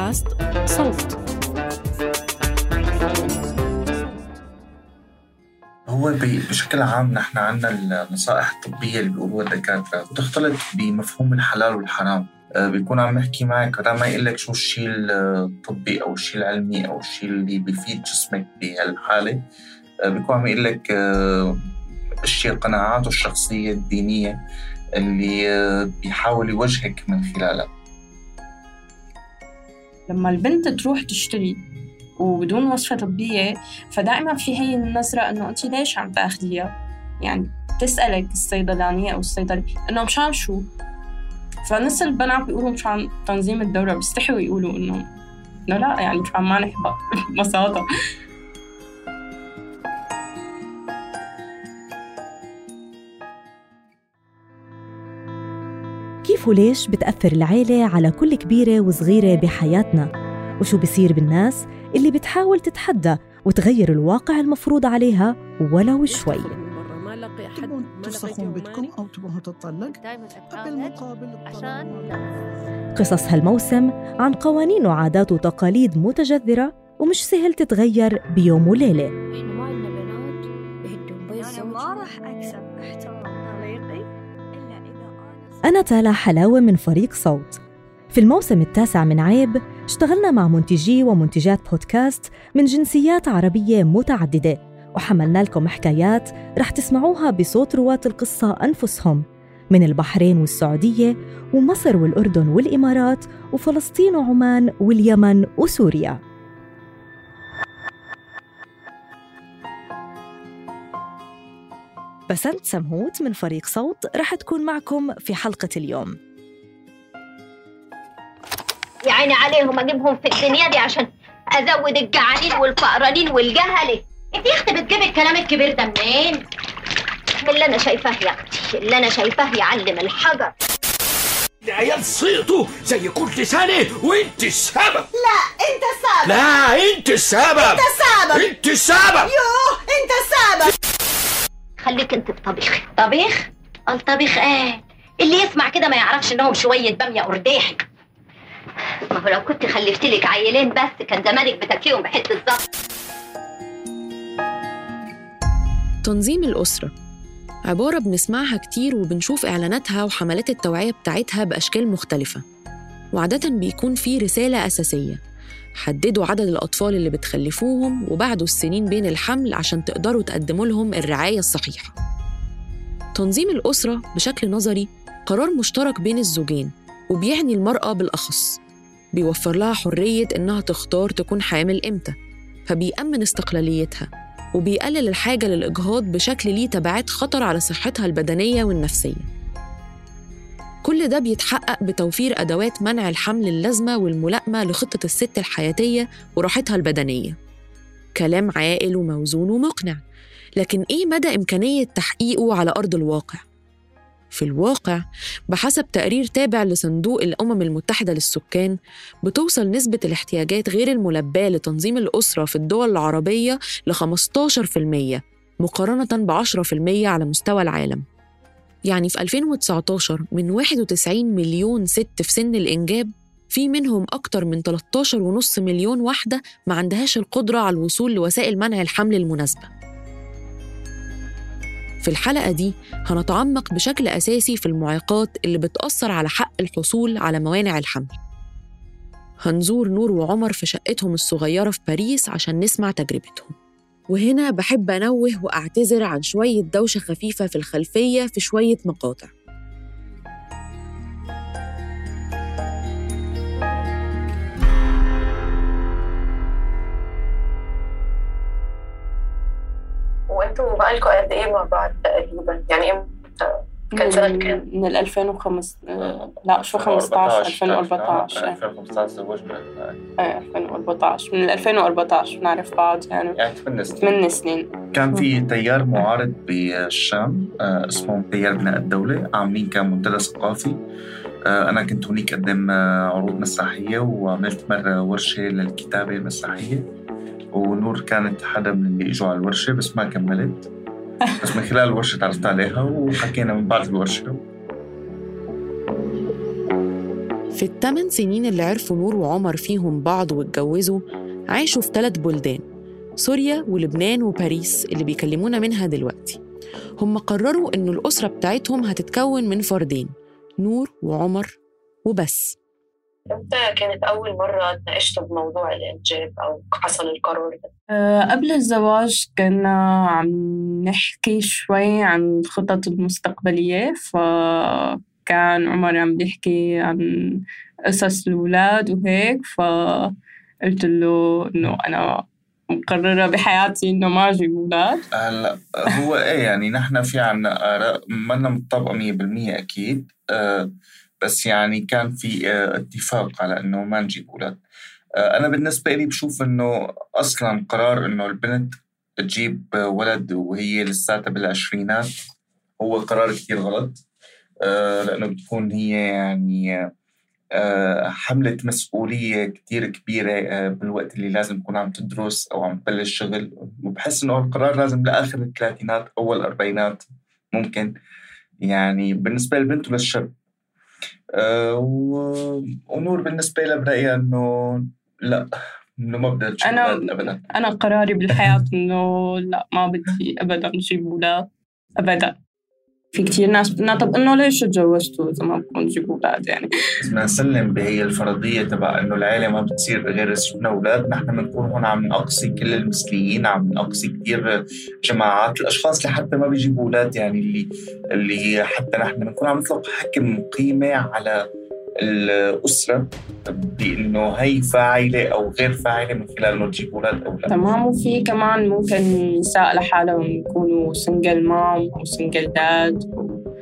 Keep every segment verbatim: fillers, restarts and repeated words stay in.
بودكاست صوت. هو بشكل عام نحن عنا النصائح الطبية اللي بيقولوها الدكاترة بتختلط بمفهوم الحلال والحرام. بيكون عم يحكي معك ودا ما يقول لك شو الشيء الطبي أو الشيء العلمي أو الشيء اللي بيفيد جسمك بهالحالة، بيكون عم يقول لك الشيء القناعات الشخصية الدينية اللي بيحاول يوجهك من خلالها. لما البنت تروح تشتري وبدون وصفة طبية فدائما في هي النظرة إنه أنت ليش عم تأخذيها، يعني تسألك الصيدلانية أو الصيدلي إنه مشان شو، فنص البنات بيقولوا مشان تنظيم الدورة، بيستحوا يقولوا إنه لا لا يعني مشان ما نحبط ببساطة. كيف وليش بتأثر العيلة على كل كبيرة وصغيرة بحياتنا؟ وشو بيصير بالناس اللي بتحاول تتحدى وتغير الواقع المفروض عليها ولو شوي؟ تبون ترسخون بيتكم أو تبون تطلق بالمقابل عشان قصص هالموسم عن قوانين وعادات وتقاليد متجذرة ومش سهل تتغير بيوم وليلة. إحنا ما عندنا بنات بهدون بيض. أنا ما راح أكسب احترام طليقي إلا إذا أنا أنا تالا حلاوة من فريق صوت. في الموسم التاسع من عيب اشتغلنا مع منتجي ومنتجات بودكاست من جنسيات عربية متعددة، وحملنا لكم حكايات رح تسمعوها بصوت رواة القصة أنفسهم من البحرين والسعودية ومصر والأردن والإمارات وفلسطين وعمان واليمن وسوريا. بسنت سمهوت من فريق صوت رح تكون معكم في حلقة اليوم. يا عيني عليهم أجيبهم في الدنيا دي عشان أزود الجعانين والفقرانين والجهلة. انت يا اختي بتجيبي الكلام الكبير ده منين؟ من اللي انا شايفاه يا اختي، اللي انا شايفاه يعلم الحجر. العيال صيتوا زي كل سنة وانت السبب. لا انت السبب. لا انت السبب. انت السبب. انت السبب. يوه انت السبب. خليك انت بطبيخ. طبيخ؟ الطبيخ ايه؟ اللي يسمع كده ما يعرفش انهم شوية بامية قرداحي. ما هو لو كنت خلفتلك عيلين بس كان زمانك بتاكليهم بحتة الزفت. تنظيم الأسرة عبارة بنسمعها كتير وبنشوف إعلاناتها وحملات التوعية بتاعتها بأشكال مختلفة، وعادة بيكون في رسالة أساسية: حددوا عدد الأطفال اللي بتخلفوهم وبعدوا السنين بين الحمل عشان تقدروا تقدموا لهم الرعاية الصحيحة. تنظيم الأسرة بشكل نظري قرار مشترك بين الزوجين، وبيعني المرأة بالأخص، بيوفر لها حرية إنها تختار تكون حامل إمتى، فبيأمن استقلاليتها وبيقلل الحاجة للإجهاض بشكل ليه تبعات خطر على صحتها البدنية والنفسية. كل ده بيتحقق بتوفير أدوات منع الحمل اللازمة والملائمة لخطة الست الحياتية وراحتها البدنية. كلام عاقل وموزون ومقنع، لكن إيه مدى إمكانية تحقيقه على أرض الواقع؟ في الواقع بحسب تقرير تابع لصندوق الأمم المتحدة للسكان، بتوصل نسبة الاحتياجات غير الملباة لتنظيم الأسرة في الدول العربية ل خمستاشر بالمية مقارنة ب عشرة بالمية على مستوى العالم. يعني في ألفين وتسعتاشر من واحد وتسعين مليون ست في سن الإنجاب، في منهم أكتر من تلتاشر فاصلة خمسة مليون واحدة ما عندهاش القدرة على الوصول لوسائل منع الحمل المناسبة. في الحلقة دي هنتعمق بشكل أساسي في المعيقات اللي بتأثر على حق الحصول على موانع الحمل. هنزور نور وعمر في شقتهم الصغيرة في باريس عشان نسمع تجربتهم. وهنا بحب أنوه وأعتذر عن شوية دوشة خفيفة في الخلفية في شوية مقاطع. وانتوا بقالكوا قد ايه مع بعض تقريبا؟ يعني امتى كان سنة كام؟ من ال ألفين وخمسة لا شو خمستاشر ألفين وأربعتاشر ألفين وخمستاشر تزوجنا. ايه ألفين وأربعتاشر، من ألفين وأربعتاشر بنعرف بعض يعني يعني ثمان سنين. ثمان سنين. كان في تيار معارض بالشام اسمه تيار بناء الدولة، عاملين كان منتدى ثقافي. أنا كنت هناك أقدم عروض مسرحية وعملت مرة ورشة للكتابة المسرحية، ونور كانت حدا من اللي إجوا على الورشة بس ما كملت، بس من خلال الورشة تعرفت عليها وحكينا من بعد الورشة. في الثمان سنين اللي عرفوا نور وعمر فيهم بعض واتجوزوا عاشوا في ثلاث بلدان، سوريا ولبنان وباريس اللي بيكلمونا منها دلوقتي. هم قرروا إنه الأسرة بتاعتهم هتتكون من فردين، نور وعمر وبس. إمتى كانت أول مرة تناقشتوا بموضوع الإنجاب أو حصل القرار ده؟ أه قبل الزواج كنا عم نحكي شوي عن الخطط المستقبلية، فكان عمر عم بيحكي عن قصص الأولاد وهيك، فقلت له إنه أنا مقررة بحياتي إنه ما أجيب أولاد. هلا هو إيه يعني نحن في عنا آراء ما مطابقة مية بالمية أكيد، أه بس يعني كان في أه اتفاق على إنه ما نجيب أولاد. أه أنا بالنسبة لي بشوف إنه أصلاً قرار إنه البنت تجيب ولد وهي لساتها بالعشرينات هو قرار كتير غلط، أه لأنه بتكون هي يعني حملة مسؤولية كتير كبيرة بالوقت اللي لازم تكون عم تدرس أو عم تبلش شغل، وبحس إنه القرار لازم لآخر الثلاثينات أول الأربعينات ممكن، يعني بالنسبة للبنت وللشاب. أه ونور بالنسبة لها برأيها إنه لا، إنه ما بدها تجيب أولاد أبدا. أنا قراري بالحياة إنه لا، ما بدي أبدا نجيب أولاد أبدا. في كتير ناس بدنا طب إنه ليش تجوزتوا إذا ما بكون تجيبوا أولاد يعني. بدنا نسلم بهي الفرضية تبع إنه العائلة ما بتصير غير جبنا أولاد. نحن بنكون هون عم نقصي كل المثليين، عم نقصي كتير جماعات الأشخاص اللي حتى ما بيجيبوا أولاد، يعني اللي اللي حتى نحن بنكون عم نطلق حكم قيمة على الأسرة بإنه هي فاعلة أو غير فاعلة من خلال إنه تجيب أولاد أو لا. تمام. وفي كمان ممكن نساء لحالهم يكونوا سنجل مام أو سنجل داد،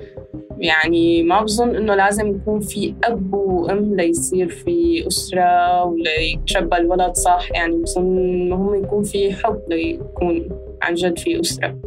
يعني ما بظن إنه لازم يكون في أب وأم ليصير في أسرة وليتربى الولد صح، يعني بظن مهم يكون في حب ليكون عن جد في أسرة.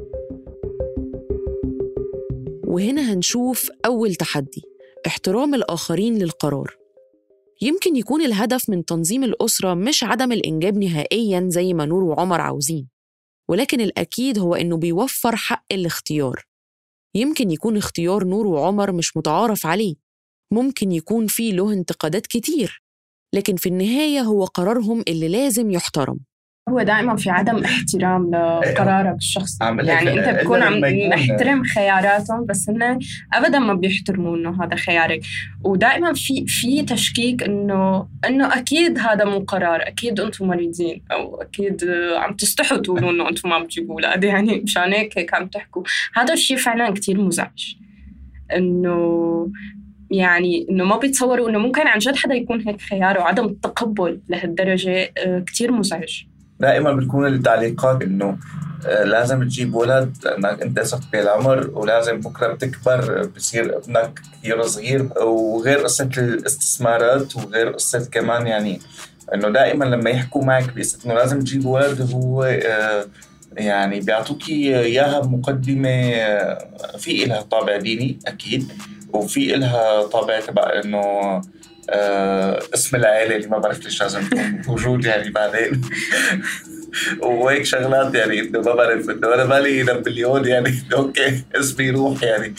وهنا هنشوف أول تحدي، احترام الآخرين للقرار. يمكن يكون الهدف من تنظيم الأسرة مش عدم الإنجاب نهائياً زي ما نور وعمر عاوزين، ولكن الأكيد هو إنه بيوفر حق الاختيار. يمكن يكون اختيار نور وعمر مش متعارف عليه، ممكن يكون فيه له انتقادات كتير، لكن في النهاية هو قرارهم اللي لازم يحترم. هو دائما في عدم احترام لقرارك الشخصي، يعني انت بتكون عم محترم خياراتهم بس انه ابدا ما بيحترموا انه هذا خيارك، ودائما في في تشكيك انه انه اكيد هذا مو قرار، اكيد انتم مريضين او اكيد عم تستحوا تقولوا انه انتم ما بتجيبوا اولاد، يعني مشان هيك هيك عم تحكوا. هذا الشيء فعلا كتير مزعج، انه يعني إنه ما بيتصوروا إنه ممكن عن جد حدا يكون هيك خيار، وعدم التقبل لهالدرجة كتير مزعج. دائما بتكون التعليقات إنه لازم تجيب ولد لأنك أنت صرت بالعمر، ولازم بكرة بتكبر بصير ابنك كتير صغير، وغير قصة الاستثمارات وغير قصة كمان يعني إنه دائما لما يحكوا معك بقصة إنه لازم تجيب ولد هو يعني بيعطوكي إياها بمقدمة في إلها طابع ديني أكيد، وفي إلها طابع تبع إنه آه اسم العائلة اللي ما بعرف ليش لازم يكون موجود يعني بعدين وهيك شغلات، يعني إنه ما بعرف إنه أنا مالي نابليون يعني أوكي اسمي روح يعني.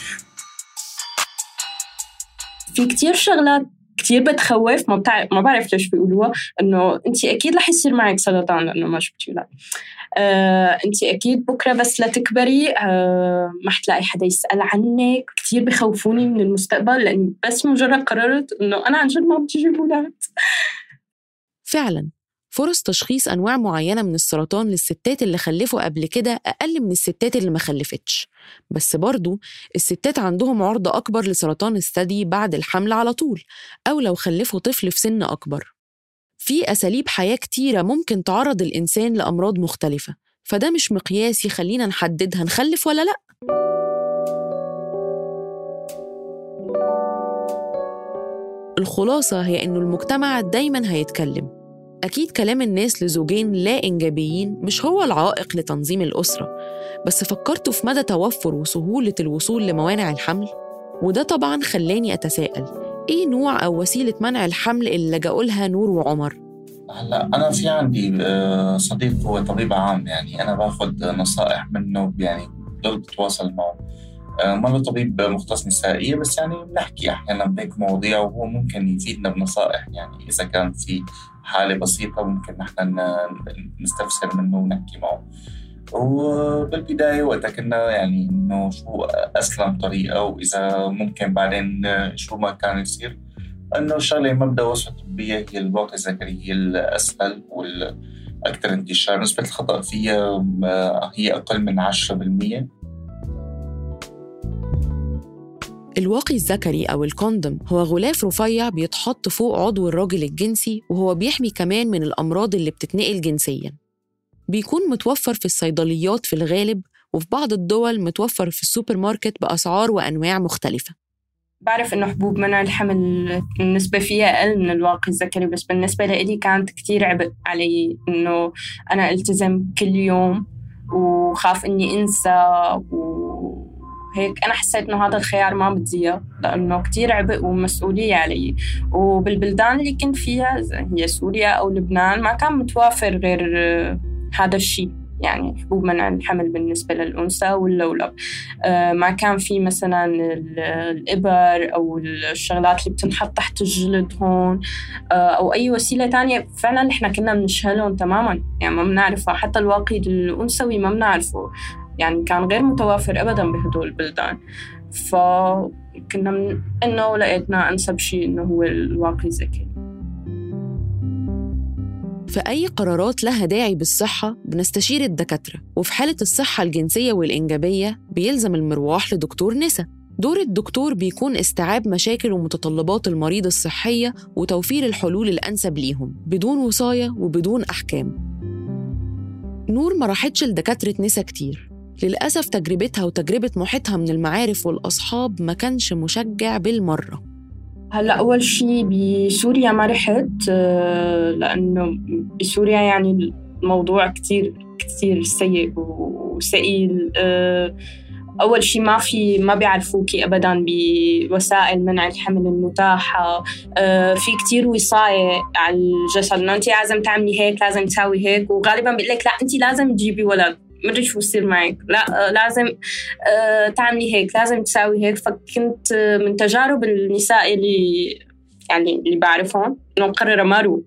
في كتير شغلات كتير بتخوف، ما بتعرف ما بعرف ليش بيقولوها، إنه أنت أكيد رح يصير معك سرطان لأنه ما جبتي ولاد، آه، أنت أكيد بكرة بس لتكبري آه، ما حتلاقي حدا يسأل عنك. كتير بخوفوني من المستقبل لأني بس مجرد قررت إنه أنا عن جد ما بدي أجيب أولاد. فعلاً فرص تشخيص أنواع معينة من السرطان للستات اللي خلفوا قبل كده أقل من الستات اللي ما خلفتش، بس برضو الستات عندهم عرضة أكبر لسرطان الثدي بعد الحمل على طول، أو لو خلفوا طفل في سن أكبر. في أساليب حياة كتيرة ممكن تعرض الإنسان لأمراض مختلفة، فده مش مقياس يخلينا نحدد هنخلف ولا لأ. الخلاصة هي إنه المجتمع دايماً هيتكلم. أكيد كلام الناس لزوجين لا إنجابيين مش هو العائق لتنظيم الأسرة، بس فكرتوا في مدى توفر وسهولة الوصول لموانع الحمل؟ وده طبعاً خلاني أتساءل، إيه نوع أو وسيلة منع الحمل اللي لجأوا لها نور وعمر؟ هلا أنا في عندي صديق هو طبيب عام، يعني أنا باخد نصائح منه، يعني بضل بتواصل معه. ما له طبيب مختص نسائية، بس يعني بنحكي أحيانا بهيك مواضيع وهو ممكن يفيدنا بنصائح. يعني إذا كان في حالة بسيطة ممكن نحن نستفسر منه ونحكي معه. وبالبداية وقتها كنا يعني إنه شو أسلم طريقة، وإذا ممكن بعدين شو ما كان يصير، إنه شغلة مبدأ وصفة طبية هي الواقي الذكري هي الأسهل والأكثر انتشار. نسبة الخطأ فيها هي أقل من عشرة بالمية. الواقي الذكري أو الكوندوم هو غلاف رفيع بيتحط فوق عضو الراجل الجنسي، وهو بيحمي كمان من الأمراض اللي بتتنقل جنسياً. بيكون متوفر في الصيدليات في الغالب، وفي بعض الدول متوفر في السوبر ماركت بأسعار وأنواع مختلفة. بعرف إنه حبوب منع الحمل النسبة فيها أقل من الواقي الذكري، بس بالنسبة لي كانت كتير عبء علي إنه أنا ألتزم كل يوم وخاف إني أنسى وهيك. أنا حسيت إنه هذا الخيار ما بتزيه، لأنه كتير عبء ومسؤولية علي. وبالبلدان اللي كنت فيها هي سوريا أو لبنان ما كان متوافر غير هذا الشيء، يعني حبوب منع الحمل بالنسبة للأنثى واللولب. آه ما كان في مثلا الإبر أو الشغلات اللي بتنحط تحت الجلد هون، آه أو أي وسيلة تانية فعلا إحنا كنا بنشهلهم تماما، يعني ما بنعرفها. حتى الواقي الأنثوي ما بنعرفه، يعني كان غير متوافر أبدا بهدول البلدان. فكنا من إنه لقيتنا أنسب شيء إنه هو الواقي الذكري. في أي قرارات لها داعي بالصحة بنستشير الدكاترة، وفي حالة الصحة الجنسية والإنجابية بيلزم المروح لدكتور نساء. دور الدكتور بيكون استيعاب مشاكل ومتطلبات المريض الصحية وتوفير الحلول الأنسب ليهم بدون وصاية وبدون أحكام. نور ما راحتش لدكاترة نساء كتير للأسف. تجربتها وتجربة محيطها من المعارف والأصحاب ما كانش مشجع بالمرة. هلأ أول شيء بسوريا ما رحت، لأنه بسوريا يعني الموضوع كتير كتير سيء وسئيل. أول شيء ما في ما بيعرفوكي أبداً بوسائل منع الحمل المتاحة. في كتير وصاية على الجسد إنه أنت لازم تعملي هيك، لازم تسوي هيك، وغالباً بيقولك لا أنت لازم تجيبي ولد، مدري شو يصير معك، لا لازم آه تعملي هيك، لازم تساوي هيك. فكنت من تجارب النساء اللي يعني اللي بعرفهم إنه مقررة ما أروح.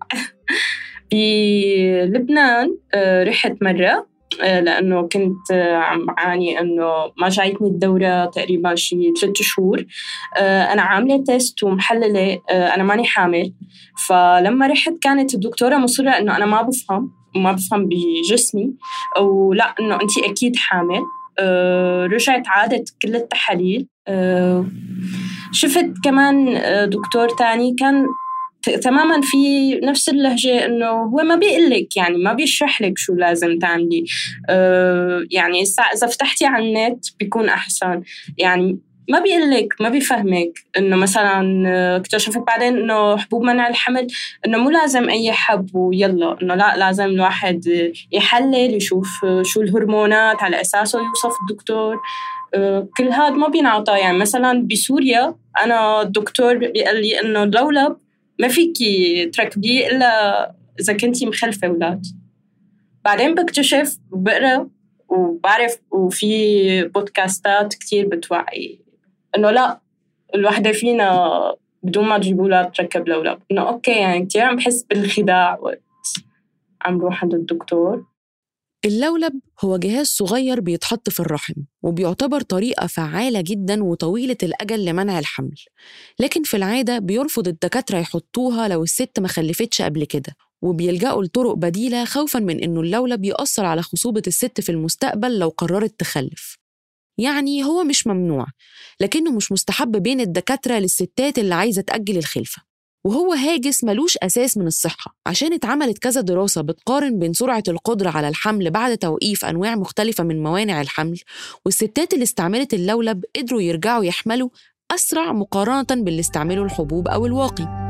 بلبنان آه رحت مرة آه لأنه كنت آه عم عاني إنه ما جايتني الدورة تقريبا شي ثلاثة شهور. آه أنا عاملة تيست ومحللة آه أنا ماني حامل. فلما رحت كانت الدكتورة مصرة إنه أنا ما بفهم وما بفهم بجسمي، ولا إنه أنتي أكيد حامل. أه رجعت عادت كل التحاليل. أه شفت كمان دكتور تاني كان تماماً في نفس اللهجة، إنه هو ما بيقلك يعني ما بيشرح لك شو لازم تعملي. أه يعني إذا فتحتي على النت بيكون أحسن، يعني ما بيقلك ما بيفهمك. إنه مثلاً اكتشفت بعدين إنه حبوب منع الحمل إنه مو لازم أي حب ويلا، إنه لا لازم الواحد يحلل يشوف شو الهرمونات على أساسه يوصف الدكتور. كل هذا ما بينعطى. يعني مثلاً بسوريا أنا الدكتور بيقال لي إنه اللولب ما فيكي تركبيه إلا إذا كنتي مخلفة أولاد. بعدين بكتشف بقرأ وبعرف وفي بودكاستات كتير بتوعي إنه لا الوحدة فينا بدون ما تجيب أولاد تركب لولب. إنه أوكي يعني كتير عم بحس بالخداع وقت عم روح عند الدكتور. اللولب هو جهاز صغير بيتحط في الرحم وبيعتبر طريقة فعالة جداً وطويلة الأجل لمنع الحمل، لكن في العادة بيرفض الدكاترة يحطوها لو الست ما خلفتش قبل كده، وبيلجأوا لطرق بديلة خوفاً من إنه اللولب يؤثر على خصوبة الست في المستقبل لو قررت تخلف. يعني هو مش ممنوع، لكنه مش مستحب بين الدكاترة للستات اللي عايزة تأجل الخلفة، وهو هاجس ملوش أساس من الصحة. عشان اتعملت كذا دراسة بتقارن بين سرعة القدرة على الحمل بعد توقيف أنواع مختلفة من موانع الحمل، والستات اللي استعملت اللولب قدروا يرجعوا يحملوا أسرع مقارنة باللي استعملوا الحبوب أو الواقي.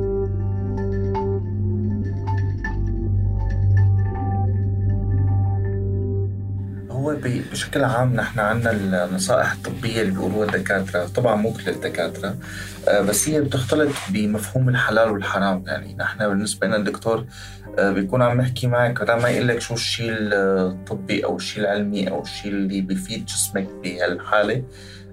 هو بشكل عام نحن عنا النصائح الطبية اللي بيقولوها الدكاترة، طبعا مو كل الدكاترة، بس هي بتختلط بمفهوم الحلال والحرام. يعني نحن بالنسبة لنا الدكتور بيكون عم يحكي معك وده ما يقول لك شو الشيء الطبي أو الشيء العلمي أو الشيء اللي بيفيد جسمك بهالحالة،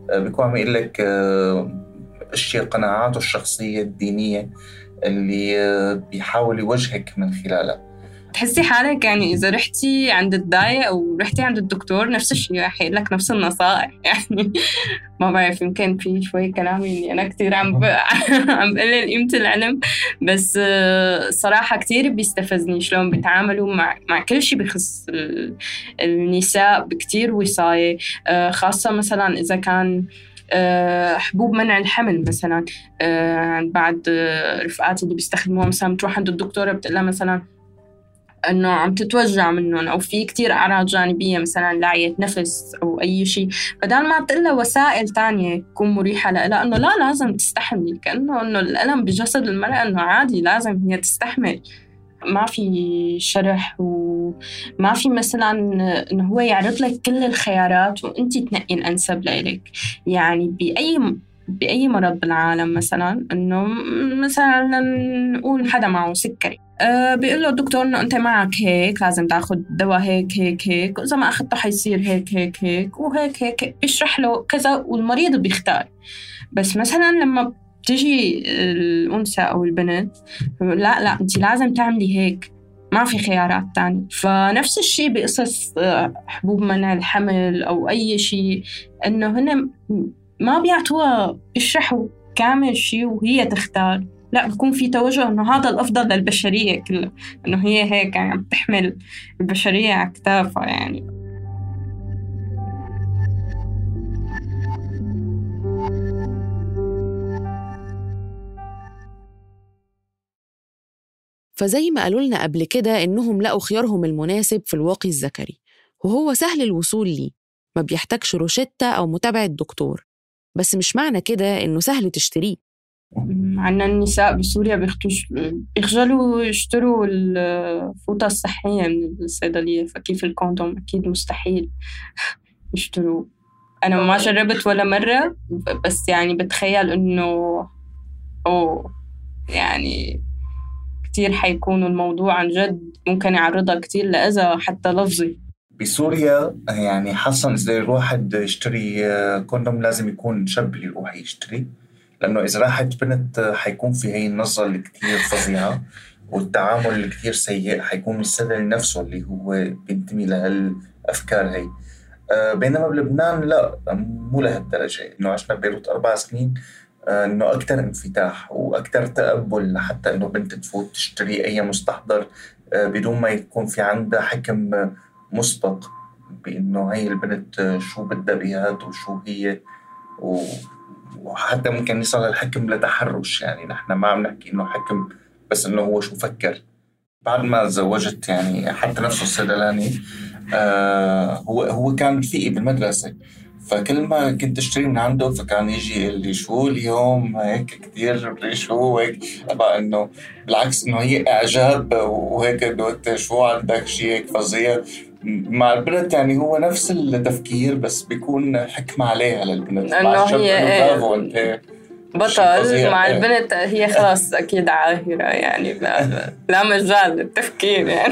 بيكون عم يقول لك اشياء قناعاته الشخصية الدينية اللي بيحاول يوجهك من خلالها. تحسي حالك يعني إذا رحتي عند الداية أو رحتي عند الدكتور نفس الشيء رح يقول لك نفس النصائح يعني. ما بعرف، يمكن في شوي كلامي إني أنا كتير عم ب... عم بقلل قيمة العلم، بس صراحة كتير بيستفزني شلون بيتعاملوا مع مع كل شيء بخص النساء بكتير وصاية، خاصة مثلا إذا كان حبوب منع الحمل مثلا. بعد رفقاتي اللي بيستخدموها مثلا بتروح عند الدكتورة بتقلها مثلا إنه عم تتوجع منهم أو في كتير أعراض جانبية مثلاً لعية نفس أو أي شيء، بدل ما تقلها وسائل تانية تكون مريحة لها إنه لا لازم تستحمل، كأنه إنه الألم بجسد المرأة إنه عادي لازم هي تستحمل. ما في شرح وما في مثلاً إنه هو يعرض لك كل الخيارات وأنتي تنقي الأنسب لإلك. يعني بأي بأي مرض بالعالم مثلاً إنه مثلاً نقول حدا معه سكري، أه بيقول له الدكتور إنه أنت معك هيك لازم تأخذ دواء هيك هيك هيك، وإذا ما أخذته حيصير هيك هيك هيك وهيك هيك، بيشرح له كذا والمريض بيختار. بس مثلاً لما بتجي الأنثى أو البنت لا لا أنت لازم تعملي هيك، ما في خيارات تانية. فنفس الشيء بقصص حبوب منع الحمل أو أي شيء، إنه هن ما بيعطوها يشرحوا كامل شيء وهي تختار، لا بيكون في توجه إنه هذا الأفضل للبشرية كلها، إنه هي هيك يعني عم تحمل البشرية على كتافها يعني. فزي ما قالوا لنا قبل كده إنهم لقوا خيارهم المناسب في الواقي الذكري، وهو سهل الوصول ليه، ما بيحتاجش روشتة أو متابعة دكتور، بس مش معنى كده إنه سهل تشتريه. عنا النساء بسوريا بيخجلوا يشتروا الفوطة الصحية من الصيدلية، فكيف الكوندوم أكيد مستحيل يشتروا. أنا ما جربت ولا مرة، بس يعني بتخيل إنه أوه يعني كتير حيكون الموضوع عن جد ممكن يعرضها كتير لأذى حتى لفظي. بسوريا يعني حسن إذا الواحد يشتري كوندوم لازم يكون شاب اللي يروح يشتري، لأنه إذا راحت بنت حيكون في هاي النظرة اللي كتير فظيعة والتعامل اللي كتير سيء، حيكون السدل نفسه اللي هو بينتمي لهالأفكار هاي. أه بينما بلبنان لا، مو لهالدرجة، إنه عشنا بيروت أربع سنين أه إنه أكتر انفتاح وأكتر تقبل حتى إنه بنت تفوت تشتري أي مستحضر أه بدون ما يكون في عندها حكم مسبق بإنه هاي البنت شو بدها بهاد وشو هي، وحتى ممكن يصل الحكم لتحرش. يعني نحن ما عم نحكي إنه حكم بس إنه هو شو فكر. بعد ما تزوجت يعني حتى نفسه الصيدلاني آه هو هو كان رفيقي بالمدرسة، فكل ما كنت اشتري من عنده فكان يجي يقول لي شو اليوم هيك كتير شو هيك، أبقى إنه بالعكس إنه هي إعجاب وهيك إنه شو عندك شيء هيك فظيع. مع البنت يعني هو نفس التفكير بس بيكون حكم عليها للبنت، إنه هي بطل. مع البنت هي خلاص أكيد عاهرة يعني، لا, لا مجال للتفكير يعني.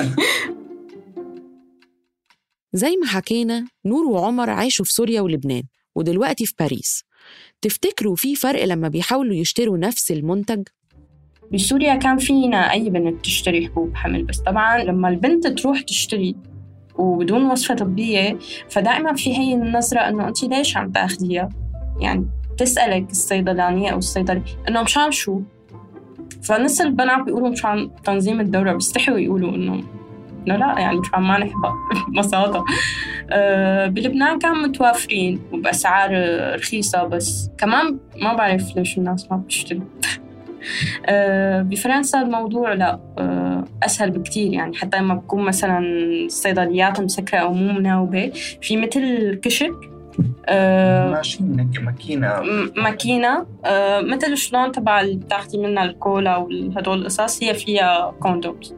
زي ما حكينا نور وعمر عايشوا في سوريا ولبنان ودلوقتي في باريس. تفتكروا في فرق لما بيحاولوا يشتروا نفس المنتج؟ بسوريا كان فينا أي بنت تشتري حبوب حمل، بس طبعاً لما البنت تروح تشتري وبدون وصفة طبية فدائماً في هي النظرة إنه أنت ليش عم تاخديها، يعني تسألك الصيدلانية أو الصيدلي إنه مشان شو. فنص البنات بيقولوا مشان تنظيم الدورة، بيستحوا يقولوا إنه لا لا يعني مشان ما نحبط ببساطة. أه بلبنان كان متوافرين وبأسعار رخيصة، بس كمان ما بعرف ليش الناس ما بتشتري. أه بفرنسا الموضوع لا أه أسهل بكتير، يعني حتى لما بكون مثلا الصيدليات مسكرة أو مو مناوبة في مثل كشك أه ماشين ماكينة ماكينة أه مثل شلون تبع اللي بتاخدي منها الكولا وهدول القصص، هي فيها كوندومز.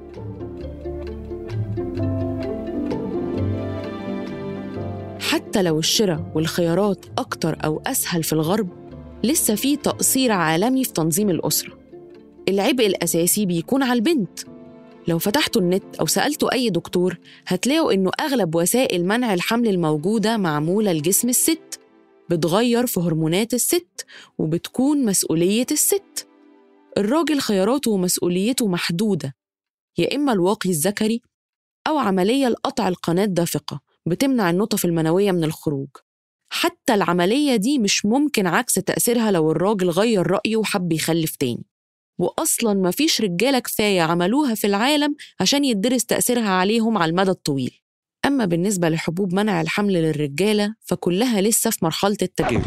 حتى لو الشراء والخيارات أكتر أو أسهل في الغرب، لسه في تقصير عالمي في تنظيم الأسرة. العبء الأساسي بيكون على البنت. لو فتحتوا النت أو سألتوا أي دكتور هتلاقوا إنه أغلب وسائل منع الحمل الموجودة معمولة لجسم الست، بتغير في هرمونات الست وبتكون مسؤولية الست. الراجل خياراته ومسؤوليته محدودة، يا إما الواقي الذكري أو عملية لقطع القناة الدافقة بتمنع النطف المنوية من الخروج. حتى العملية دي مش ممكن عكس تأثيرها لو الراجل غير رأيه وحب يخلف تاني، وأصلاً مفيش رجالة كفاية عملوها في العالم عشان يدرس تأثيرها عليهم على المدى الطويل. أما بالنسبة لحبوب منع الحمل للرجالة فكلها لسه في مرحلة التجارب.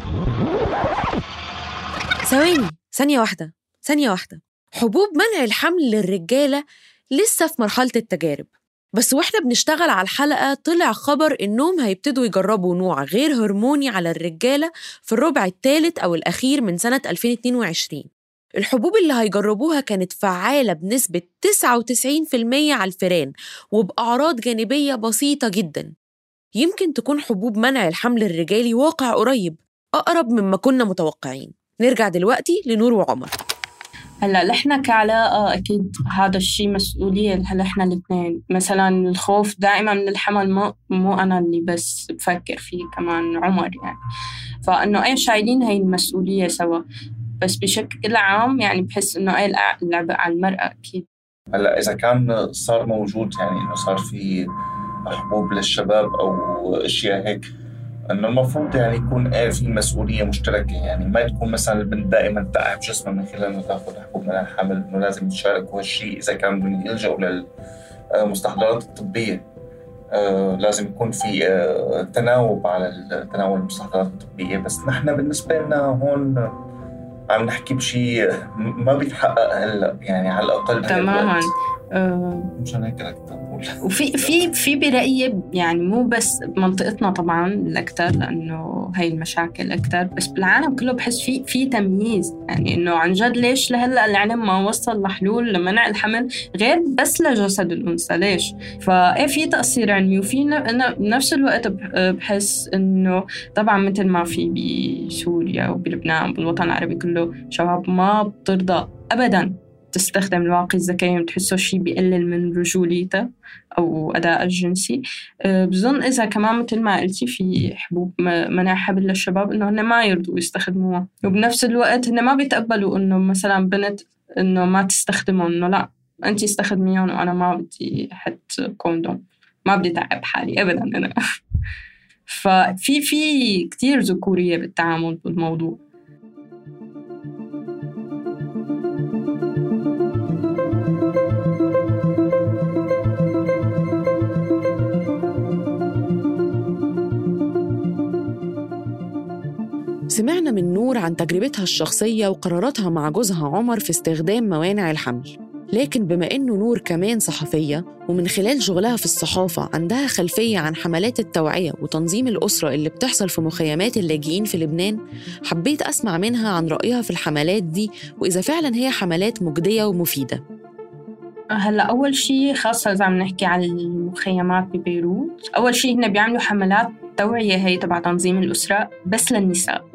ثواني، ثانية واحدة ثانية واحدة حبوب منع الحمل للرجالة لسه في مرحلة التجارب، بس واحنا بنشتغل على الحلقة طلع خبر إنهم هيبتدوا يجربوا نوع غير هرموني على الرجالة في الربع الثالث أو الأخير من سنة ألفين واثنين وعشرين. الحبوب اللي هيجربوها كانت فعالة بنسبة تسعة وتسعين بالمية على الفئران وبأعراض جانبية بسيطة جدا. يمكن تكون حبوب منع الحمل الرجالي واقع قريب، أقرب مما كنا متوقعين. نرجع دلوقتي لنور وعمر. هلا نحن كعلاقة أكيد هذا الشيء مسؤولية لإحنا الاثنين. مثلا الخوف دائما من الحمل مو مو أنا اللي بس بفكر فيه، كمان عمر يعني، فإنه أي شايلين هاي المسؤولية سوا. بس بشكل عام يعني بحس إنه أي العبء على المرأة أكيد. هلا إذا كان صار موجود يعني إنه صار في حبوب للشباب أو أشياء هيك، إنه المفروض يعني يكون آه في مسؤولية مشتركة، يعني ما تكون مثلا البنت دائما تعب جسمها من خلال إنه تأخذ حبوب من الحمل، إنه لازم يتشاركوا هالشيء. إذا كان بدهم يلجأوا للمستحضرات الطبية آه لازم يكون في آه تناوب على تناول المستحضرات الطبية. بس نحن بالنسبة لنا هون عم نحكي بشيء ما بيتحقق هلا، يعني على الأقل تماماً. مشان هيك بدك تقول. وفي في في برأيي يعني مو بس بمنطقتنا طبعاً الأكثر لأنه هاي المشاكل أكثر، بس بالعالم كله بحس في في تمييز، يعني إنه عن جد ليش لهلا العلم ما وصل لحلول لمنع الحمل غير بس لجسد الأنثى؟ ليش؟ فإيه في تأثير علمي، وفي بنفس الوقت بحس إنه طبعاً مثل ما في بسوريا وبلبنان وبالوطن العربي كله شباب ما بترضى أبداً تستخدم الواقي الذكري، بتحسه شيء بيقلل من رجوليته أو أداء الجنسي. بظن إذا كمان مثل ما قلتي في حبوب منع حمل للشباب إنه هن ما يرضوا يستخدموها، وبنفس الوقت هن ما بيتقبلوا إنه مثلا بنت إنه ما تستخدمهم، إنه لا أنتي استخدميهم وأنا ما بدي أحط كوندوم، ما بدي تعب حالي أبدا أنا. ففي في كتير ذكورية بالتعامل بالموضوع. سمعنا من نور عن تجربتها الشخصية وقراراتها مع جوزها عمر في استخدام موانع الحمل، لكن بما إنه نور كمان صحفية ومن خلال شغلها في الصحافة عندها خلفية عن حملات التوعية وتنظيم الأسرة اللي بتحصل في مخيمات اللاجئين في لبنان، حبيت أسمع منها عن رأيها في الحملات دي وإذا فعلاً هي حملات مجدية ومفيدة. هلا أول شيء خاصة إذا عم نحكي عن المخيمات ببيروت، أول شيء هن بيعملوا حملات توعية هي تبع تنظيم الأسرة بس للنساء،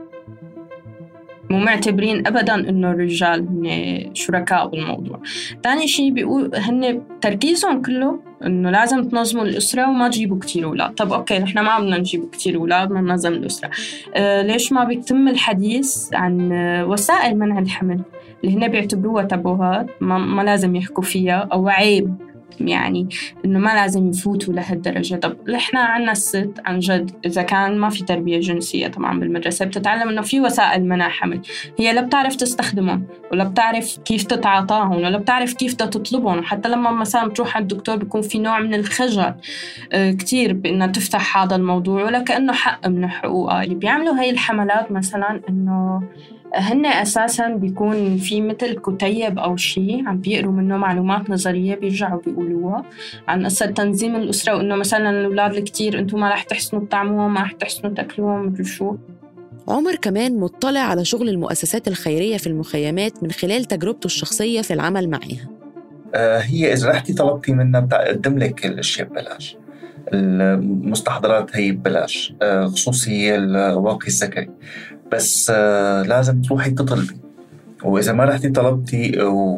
مو معتبرين أبداً إنه الرجال هن شركاء بالموضوع. تاني شيء بيقول هن تركيزهم كله إنه لازم تنظموا الأسرة وما تجيبوا كتير أولاد. طب أوكي نحن ما بدنا نجيب كتير أولاد، ما ننظم الأسرة، آه ليش ما بيتم الحديث عن وسائل منع الحمل اللي هن بيعتبروها تابوهات ما, ما لازم يحكوا فيها أو عيب، يعني إنه ما لازم يفوتوا لهالدرجة. طب إحنا عنا الست عن جد إذا كان ما في تربية جنسية طبعاً بالمدرسة بتتعلم إنه في وسائل منع حمل، هي لا بتعرف تستخدمهم ولا بتعرف كيف تتعاطاهم ولا بتعرف كيف تطلبهم، وحتى لما مثلاً تروح عند الدكتور بيكون في نوع من الخجل اه كتير بإنها تفتح هذا الموضوع ولا كأنه حق من حقوقها. اللي بيعملوا هاي الحملات مثلاً إنه هن أساساً بيكون في مثل كتيب أو شيء عم بيقروا منه معلومات نظرية بيرجعوا بيقولوها عن قصة تنظيم الأسرة، وإنه مثلاً الأولاد الكتير أنتم ما رح تحسنوا تطعموهم، ما رح تحسنوا تأكلوهم، مدري شو. عمر كمان مطلع على شغل المؤسسات الخيرية في المخيمات من خلال تجربته الشخصية في العمل معها. آه هي إذا رحتي طلبتي منها بتقدم لك الأشياء ببلاش، المستحضرات هي ببلاش، آه خصوصي الواقي الذكري، بس آه لازم تروحي تطلبي. وإذا ما رحتي طلبتي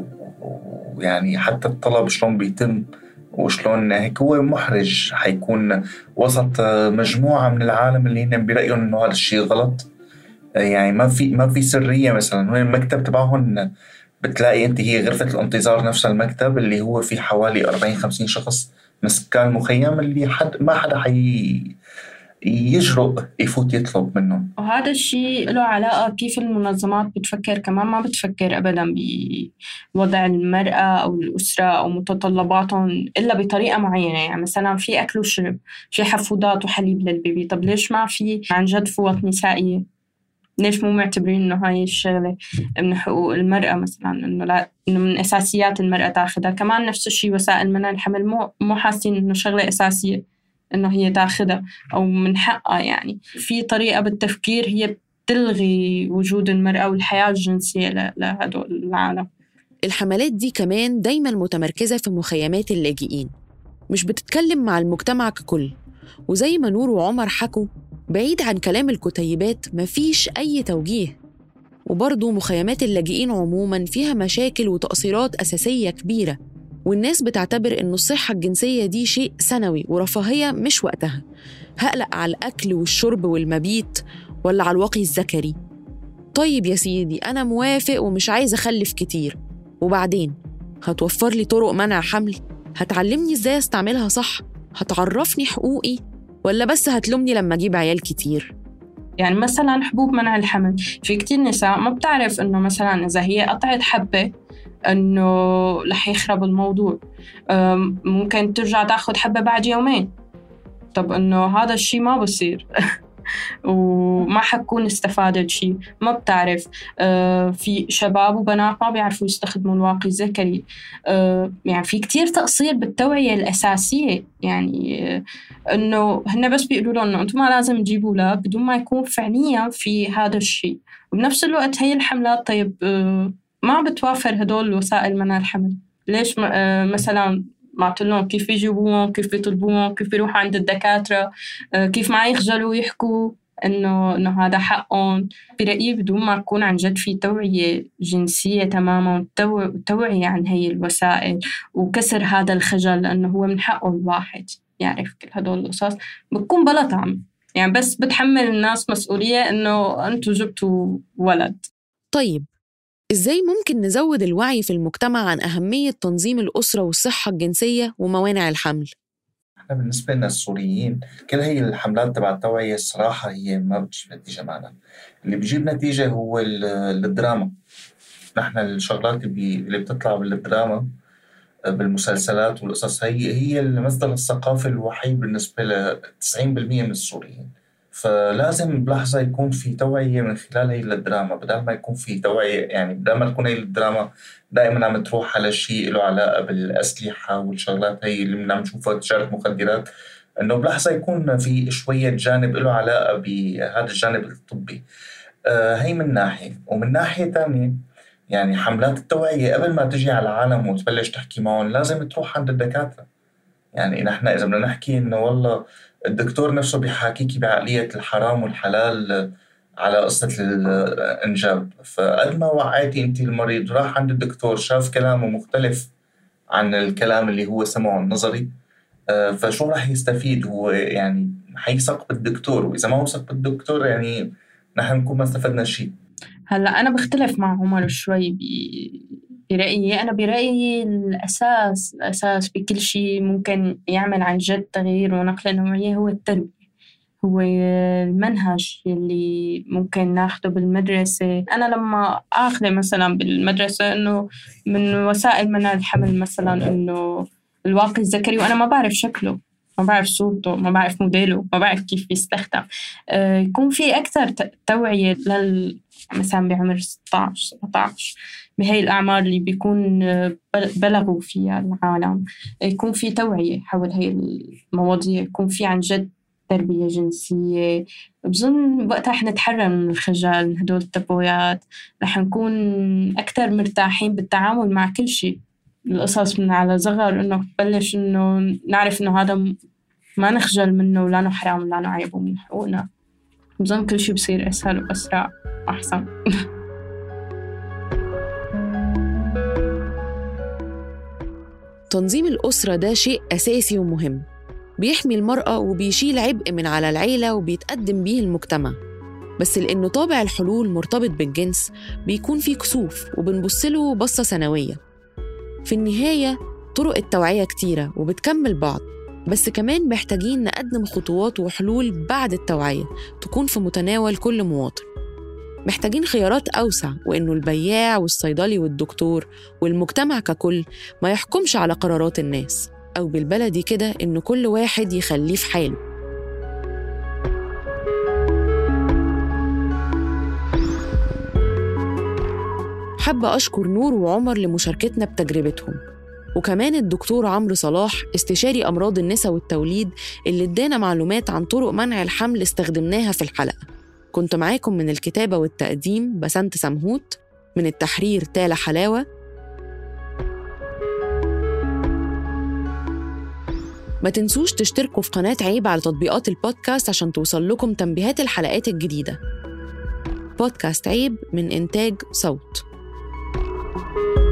ويعني حتى الطلب شلون بيتم وشلون هيك هو محرج، حيكون وسط مجموعة من العالم اللي هن برأيهم إنه هذا الشيء غلط، يعني ما في ما في سرية. مثلا هون المكتب تبعهم بتلاقي أنت هي غرفة الانتظار نفسها المكتب اللي هو في حوالي أربعين خمسين شخص مسكان المخيم اللي حد ما حدا حي يجرؤ يفوت يطلب منهم. وهذا الشيء له علاقة كيف المنظمات بتفكر، كمان ما بتفكر أبداً بوضع المرأة أو الأسرة أو متطلباتهم إلا بطريقة معينة. يعني مثلاً في أكل وشرب، في حفوضات وحليب للبيبي، طب ليش ما في عن جد فوط نسائية؟ ليش مو معتبرين إنه هاي الشغلة من حقوق المرأة مثلاً، إنه لا إنه من أساسيات المرأة تاخدها؟ كمان نفس الشيء وسائل منع الحمل، مو مو حاسين إنه شغلة أساسية إنه هي تاخدها أو من حقها. يعني في طريقة بالتفكير هي بتلغي وجود المرأة والحياة الجنسية لهدول العالم. الحملات دي كمان دايماً متمركزة في مخيمات اللاجئين، مش بتتكلم مع المجتمع ككل. وزي ما نور وعمر حكوا، بعيد عن كلام الكتيبات مفيش أي توجيه. وبرضو مخيمات اللاجئين عموماً فيها مشاكل وتقصيرات أساسية كبيرة، والناس بتعتبر إنه الصحة الجنسية دي شيء سنوي ورفاهية مش وقتها. هقلق على الأكل والشرب والمبيت ولا على الوقي الذكري؟ طيب يا سيدي، أنا موافق ومش عايز أخلف كتير، وبعدين هتوفر لي طرق منع حمل؟ هتعلمني إزاي أستعملها صح؟ هتعرفني حقوقي؟ ولا بس هتلومني لما أجيب عيال كتير؟ يعني مثلا حبوب منع الحمل، في كتير نساء ما بتعرف إنه مثلا إذا هي قطعت حبة إنه رح يخرب الموضوع، ممكن ترجع تاخد حبة بعد يومين. طب إنه هذا الشيء ما بصير وما حكون استفادت شيء، ما بتعرف. في شباب وبنات ما بيعرفوا يستخدموا الواقي الذكري. يعني في كتير تقصير بالتوعية الأساسية. يعني إنه هن بس بيقولوا له إنه أنتم ما لازم تجيبوا لا، بدون ما يكون فعليا في هذا الشيء. وبنفس الوقت هي الحملات طيب ما بتوافر هدول وسائل منع الحمل. ليش مثلا ما تقولون كيف يجيبوهم، كيف يطلبوهم، كيف يروحوا عند الدكاترة، كيف ما يخجلوا يحكوا إنه إنه هذا حقهم؟ برأيي بدون ما يكون عن جد في توعية جنسية تماما، توعية عن هي الوسائل وكسر هذا الخجل، لأنه هو من حقه الواحد يعرف كل هدول القصص، بتكون بلا طعم. يعني بس بتحمل الناس مسؤولية إنه أنتوا جبتوا ولد. طيب إزاي ممكن نزود الوعي في المجتمع عن أهمية تنظيم الأسرة والصحة الجنسية وموانع الحمل؟ احنا بالنسبة لنا السوريين كل هي الحملات تبع التوعية الصراحة هي ما بتجيب نتيجة معنا. اللي بيجيب نتيجة هو الدراما. نحن الشغلات اللي بتطلع بالدراما بالمسلسلات والقصص هي هي المصدر الثقافي الوحيد بالنسبة ل تسعين بالمئة من السوريين. فلازم بلحظة يكون في توعية من خلال هي الدراما، بدل ما يكون في توعية. يعني بدل ما تكون هي الدراما دائما عم تروح على شيء له علاقة بالأسلحة والشغلات هي اللي عم نشوفها تجارة مخدرات، إنه بلحظة يكون في شوية جانب له علاقة بهذا الجانب الطبي. آه هي من ناحية، ومن ناحية تانية يعني حملات التوعية قبل ما تجي على العالم وتبلش تحكي معهم لازم تروح عند الدكاترة. يعني نحن إذا بدنا نحكي إنه والله الدكتور نفسه بيحاكيكي بعقلية الحرام والحلال على قصة الإنجاب، فقد ما وعيتي أنت المريض راح عند الدكتور شاف كلامه مختلف عن الكلام اللي هو سمعه النظري، فشو راح يستفيد هو؟ يعني حيثق بالدكتور، وإذا ما وثق بالدكتور يعني نحن نكون ما استفدنا شيء. هلأ أنا بختلف مع عمر شوي برأيي. أنا برأيي الأساس الأساس بكل شيء ممكن يعمل عن جد تغيير ونقلة نوعية هو التربية، هو المنهج اللي ممكن ناخده بالمدرسة. أنا لما أخذ مثلا بالمدرسة إنه من وسائل منع الحمل مثلا إنه الواقي الذكري، وأنا ما بعرف شكله، ما بعرف صورته، ما بعرف موديله، ما بعرف كيف يستخدم، آه يكون في أكثر توعية لل مثلا بعمر ستة عشر سبعة عشر، بهاي الأعمار اللي بيكون بلغوا فيها العالم، يكون في توعية حول هاي المواضيع، يكون في عن جد تربية جنسية. بظن وقتها رح نتحرر من الخجل، من هدول التابويات، رح نكون أكثر مرتاحين بالتعامل مع كل شيء. القصص من على صغر إنه بلش إنه نعرف إنه هذا ما نخجل منه ولا إنه حرام ولا إنه عيب ومن حقوقنا. بظن كل شيء بصير أسهل وأسرع وأحسن. تنظيم الأسرة ده شيء أساسي ومهم، بيحمي المرأة وبيشيل عبء من على العيلة وبيتقدم بيه المجتمع. بس لأنه طابع الحلول مرتبط بالجنس بيكون فيه كسوف وبنبصله بصة سنوية. في النهاية طرق التوعية كتيرة وبتكمل بعض، بس كمان محتاجين نقدم خطوات وحلول بعد التوعية تكون في متناول كل مواطن. محتاجين خيارات أوسع، وإنه البياع والصيدلي والدكتور والمجتمع ككل ما يحكمش على قرارات الناس، أو بالبلدي كده إنه كل واحد يخليه في حاله. حابة أشكر نور وعمر لمشاركتنا بتجربتهم، وكمان الدكتور عمرو صلاح استشاري أمراض النساء والتوليد اللي ادانا معلومات عن طرق منع الحمل استخدمناها في الحلقة. كنت معاكم من الكتابة والتقديم بسنت سمهوت، من التحرير تالة حلاوة. ما تنسوش تشتركوا في قناة عيب على تطبيقات البودكاست عشان توصل لكم تنبيهات الحلقات الجديدة. بودكاست عيب من إنتاج صوت.